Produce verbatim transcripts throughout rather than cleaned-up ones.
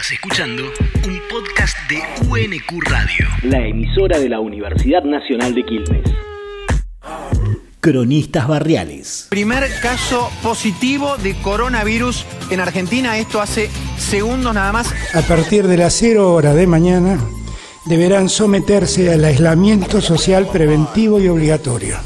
Estás escuchando un podcast de U N Q Radio, la emisora de la Universidad Nacional de Quilmes. Cronistas barriales. Primer caso positivo de coronavirus en Argentina, esto hace segundos nada más. A partir de las cero horas de mañana deberán someterse al aislamiento social preventivo y obligatorio.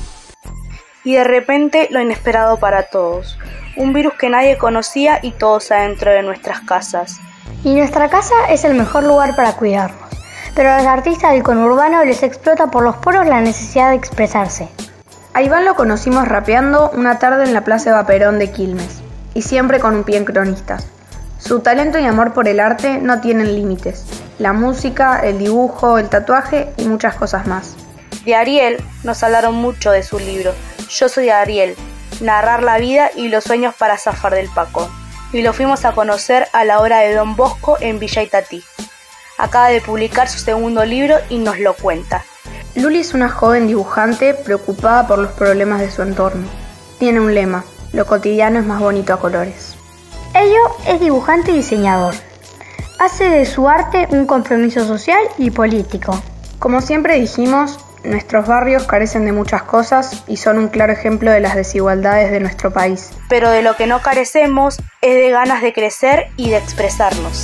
Y de repente lo inesperado para todos, un virus que nadie conocía y todos adentro de nuestras casas. Y nuestra casa es el mejor lugar para cuidarnos, pero a los artistas del conurbano les explota por los poros la necesidad de expresarse. A Iván lo conocimos rapeando una tarde en la Plaza Eva Perón de Quilmes, y siempre con un pie en Cronistas. Su talento y amor por el arte no tienen límites, la música, el dibujo, el tatuaje y muchas cosas más. De Ariel nos hablaron mucho de su libro, Yo soy Ariel, narrar la vida y los sueños para zafar del Paco. Y lo fuimos a conocer a la hora de Don Bosco en Villa Itatí. Acaba de publicar su segundo libro y nos lo cuenta. Luli es una joven dibujante preocupada por los problemas de su entorno. Tiene un lema, lo cotidiano es más bonito a colores. Ello es dibujante y diseñador. Hace de su arte un compromiso social y político. Como siempre dijimos, nuestros barrios carecen de muchas cosas y son un claro ejemplo de las desigualdades de nuestro país. Pero de lo que no carecemos es de ganas de crecer y de expresarnos.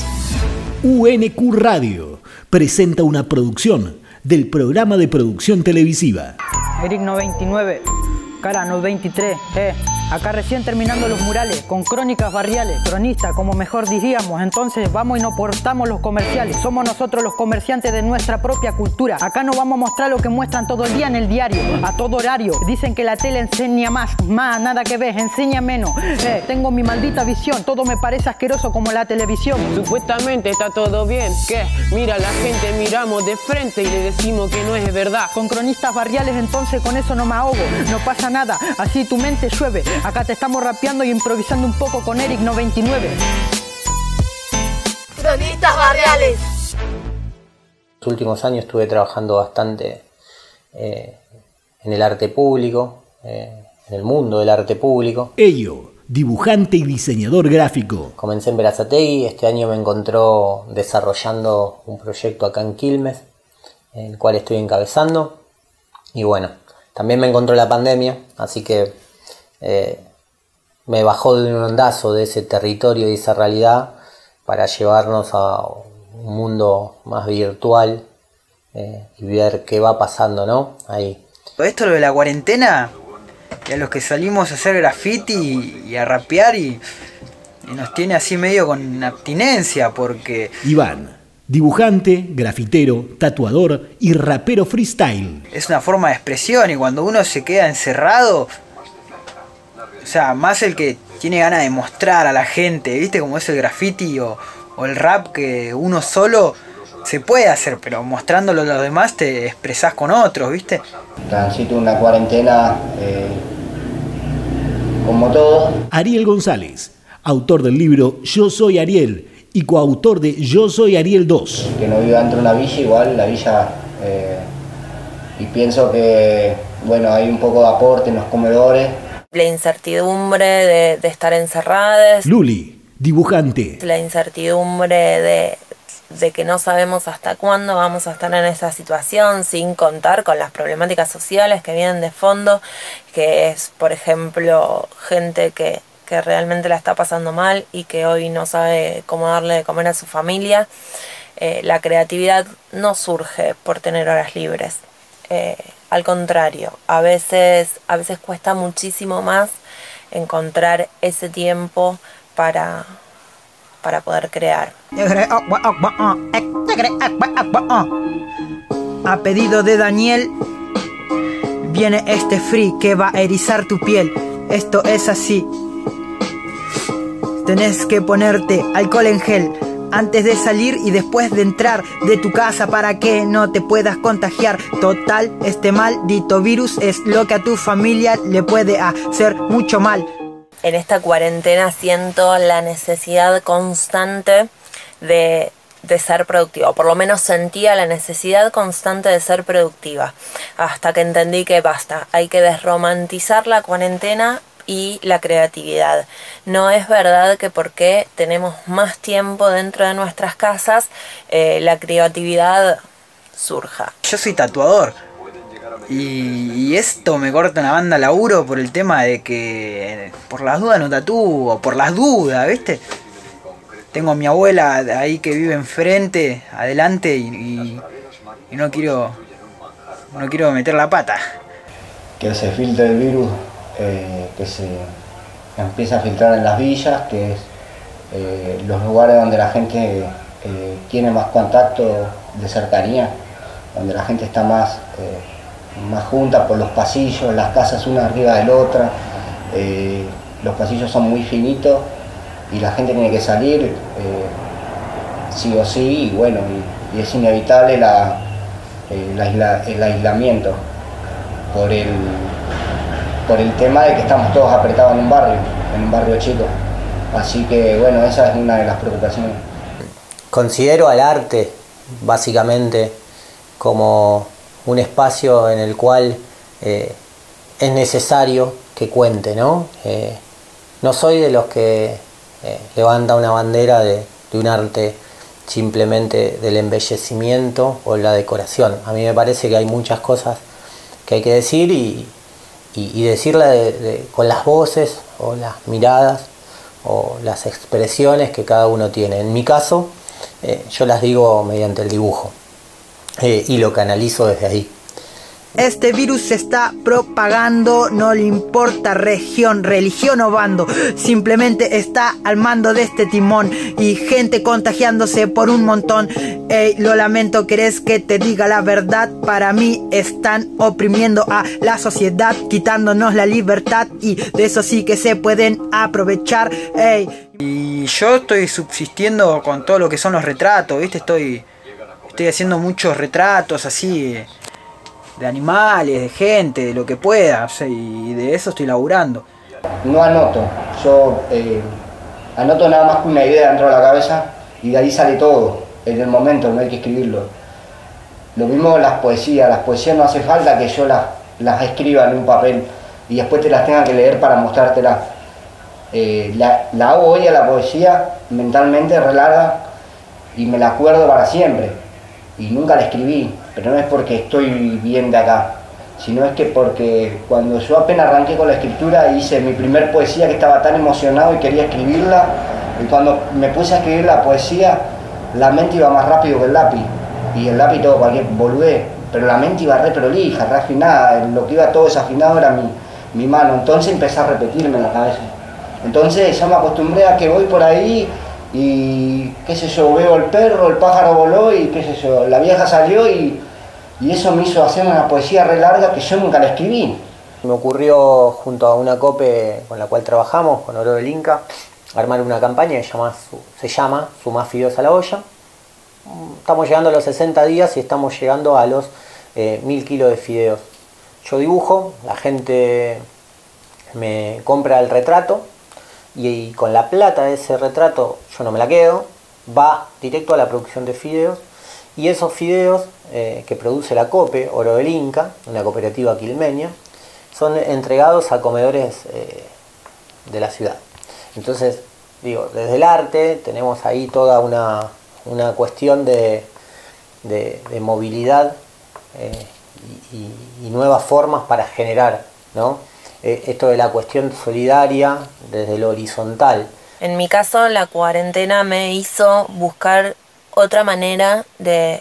U N Q Radio presenta una producción del programa de producción televisiva. Eric noventa y nueve, Cara noventa y veintitrés, eh. Acá recién terminando los murales, con crónicas barriales, cronistas, como mejor diríamos. Entonces vamos y nos portamos los comerciales. Somos nosotros los comerciantes de nuestra propia cultura. Acá no vamos a mostrar lo que muestran todo el día en el diario, a todo horario. Dicen que la tele enseña más, más, nada que ves, enseña menos. Eh, tengo mi maldita visión, todo me parece asqueroso como la televisión. Supuestamente está todo bien, ¿qué? Mira, la gente miramos de frente y le decimos que no es verdad. Con cronistas barriales entonces con eso no me ahogo, no pasa nada, así tu mente llueve. Acá te estamos rapeando y improvisando un poco con Eric noventa y nueve. Cronistas barriales. Los últimos años estuve trabajando bastante eh, en el arte público, eh, en el mundo del arte público. Ello, dibujante y diseñador gráfico. Comencé en Berazategui, este año me encontró desarrollando un proyecto acá en Quilmes, el cual estoy encabezando. Y bueno, también me encontró la pandemia, así que Eh, me bajó de un ondazo de ese territorio y esa realidad para llevarnos a un mundo más virtual eh, y ver qué va pasando, ¿no? Ahí. Esto lo de la cuarentena, y a los que salimos a hacer graffiti y, y a rapear y, y nos tiene así medio con abstinencia porque... Iván, dibujante, grafitero, tatuador y rapero freestyle. Es una forma de expresión y cuando uno se queda encerrado... O sea, más el que tiene ganas de mostrar a la gente, ¿viste? Como es el graffiti o, o el rap, que uno solo se puede hacer, pero mostrándolo a los demás te expresás con otros, ¿viste? Transito una cuarentena eh, como todo. Ariel González, autor del libro Yo soy Ariel y coautor de Yo soy Ariel dos. Que no viva dentro de una villa, igual la villa... Eh, y pienso que, bueno, hay un poco de aporte en los comedores. La incertidumbre de, de estar encerradas. Luli, dibujante. La incertidumbre de, de que no sabemos hasta cuándo vamos a estar en esa situación, sin contar con las problemáticas sociales que vienen de fondo, que es, por ejemplo, gente que, que realmente la está pasando mal y que hoy no sabe cómo darle de comer a su familia. Eh, la creatividad no surge por tener horas libres. Eh, al contrario, a veces, a veces cuesta muchísimo más encontrar ese tiempo para, para poder crear. A pedido de Daniel, viene este free que va a erizar tu piel. Esto es así. Tenés que ponerte alcohol en gel antes de salir y después de entrar de tu casa para que no te puedas contagiar. Total, este maldito virus es lo que a tu familia le puede hacer mucho mal. En esta cuarentena siento la necesidad constante de, de ser productiva, o por lo menos sentía la necesidad constante de ser productiva, hasta que entendí que basta, hay que desromantizar la cuarentena y la creatividad. No es verdad que porque tenemos más tiempo dentro de nuestras casas, eh, la creatividad surja. Yo soy tatuador y, y esto me corta una banda laburo por el tema de que por las dudas no tatúo, por las dudas, ¿viste? Tengo a mi abuela ahí que vive enfrente, adelante y, y, y no quiero no quiero meter la pata. Que se filtre el virus, eh, que se empieza a filtrar en las villas, que es eh, los lugares donde la gente eh, tiene más contacto de cercanía, donde la gente está más, eh, más junta por los pasillos, las casas una arriba de la otra, eh, los pasillos son muy finitos y la gente tiene que salir eh, sí o sí, y bueno, y, y es inevitable la, eh, la isla, el aislamiento. Por el, por el tema de que estamos todos apretados en un barrio, en un barrio chico. Así que bueno, esa es una de las preocupaciones. Considero al arte básicamente como un espacio en el cual eh, es necesario que cuente, ¿no? Eh, no soy de los que eh, levanta una bandera de, de un arte simplemente del embellecimiento o la decoración. A mí me parece que hay muchas cosas que hay que decir y, y, y decirla de, de, con las voces o las miradas o las expresiones que cada uno tiene. En mi caso, eh, yo las digo mediante el dibujo eh, y lo canalizo desde ahí. Este virus se está propagando, no le importa región, religión o bando, simplemente está al mando de este timón y gente contagiándose por un montón. Ey, lo lamento, ¿querés que te diga la verdad? Para mí están oprimiendo a la sociedad, quitándonos la libertad y de eso sí que se pueden aprovechar. Ey. Y yo estoy subsistiendo con todo lo que son los retratos, ¿viste? Estoy, estoy haciendo muchos retratos así de animales, de gente, de lo que pueda, o sea, y de eso estoy laburando. No anoto, yo eh, anoto nada más que una idea dentro de la cabeza y de ahí sale todo, en el momento, no hay que escribirlo. Lo mismo con las poesías, las poesías no hace falta que yo las, las escriba en un papel y después te las tenga que leer para mostrártelas. Eh, la, la hago hoy a la poesía mentalmente, re larga, y me la acuerdo para siempre, y nunca la escribí. Pero no es porque estoy bien de acá, sino es que porque cuando yo apenas arranqué con la escritura hice mi primer poesía que estaba tan emocionado y quería escribirla, y cuando me puse a escribir la poesía, la mente iba más rápido que el lápiz, y el lápiz todo cualquier boludez, pero la mente iba re prolija, re afinada, lo que iba todo desafinado era mi, mi mano, entonces empecé a repetirme en la cabeza. Entonces ya me acostumbré a que voy por ahí y qué sé yo, veo el perro, el pájaro voló y qué sé yo, la vieja salió y, y eso me hizo hacer una poesía re larga que yo nunca la escribí. Me ocurrió junto a una cope con la cual trabajamos, con Oro del Inca, armar una campaña que se llama, se llama Sumá Fideos a la Olla. Estamos llegando a los sesenta días y estamos llegando a los eh, mil kilos de fideos. Yo dibujo, la gente me compra el retrato, y con la plata de ese retrato yo no me la quedo, va directo a la producción de fideos, y esos fideos eh, que produce la COPE, Oro del Inca, una cooperativa quilmeña, son entregados a comedores eh, de la ciudad. Entonces, digo, desde el arte tenemos ahí toda una, una cuestión de, de, de movilidad eh, y, y, y nuevas formas para generar, ¿no? Esto de la cuestión solidaria desde lo horizontal. En mi caso, la cuarentena me hizo buscar otra manera de,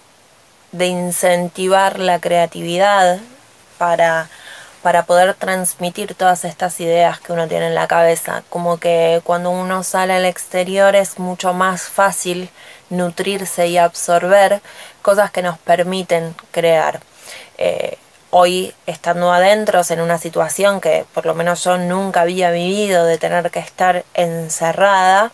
de incentivar la creatividad para, para poder transmitir todas estas ideas que uno tiene en la cabeza. Como que cuando uno sale al exterior es mucho más fácil nutrirse y absorber cosas que nos permiten crear. Eh, Hoy, estando adentro en una situación que por lo menos yo nunca había vivido, de tener que estar encerrada,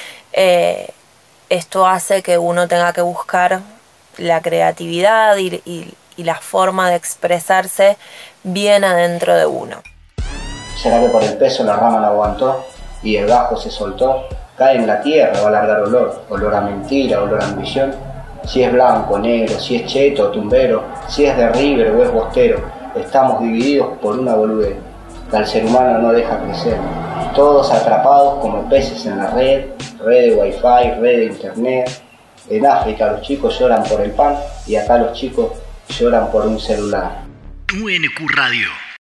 eh, esto hace que uno tenga que buscar la creatividad y, y, y la forma de expresarse bien adentro de uno. ¿Será que por el peso la rama no aguantó y el bajo se soltó? Cae en la tierra, va a largar olor, olor a mentira, olor a ambición. Si es blanco, negro, si es cheto o tumbero, si es de River o es bostero, estamos divididos por una boludez. que al ser humano no deja crecer. Todos atrapados como peces en la red, red de wifi, red de internet. En África los chicos lloran por el pan y acá los chicos lloran por un celular. U N Q Radio.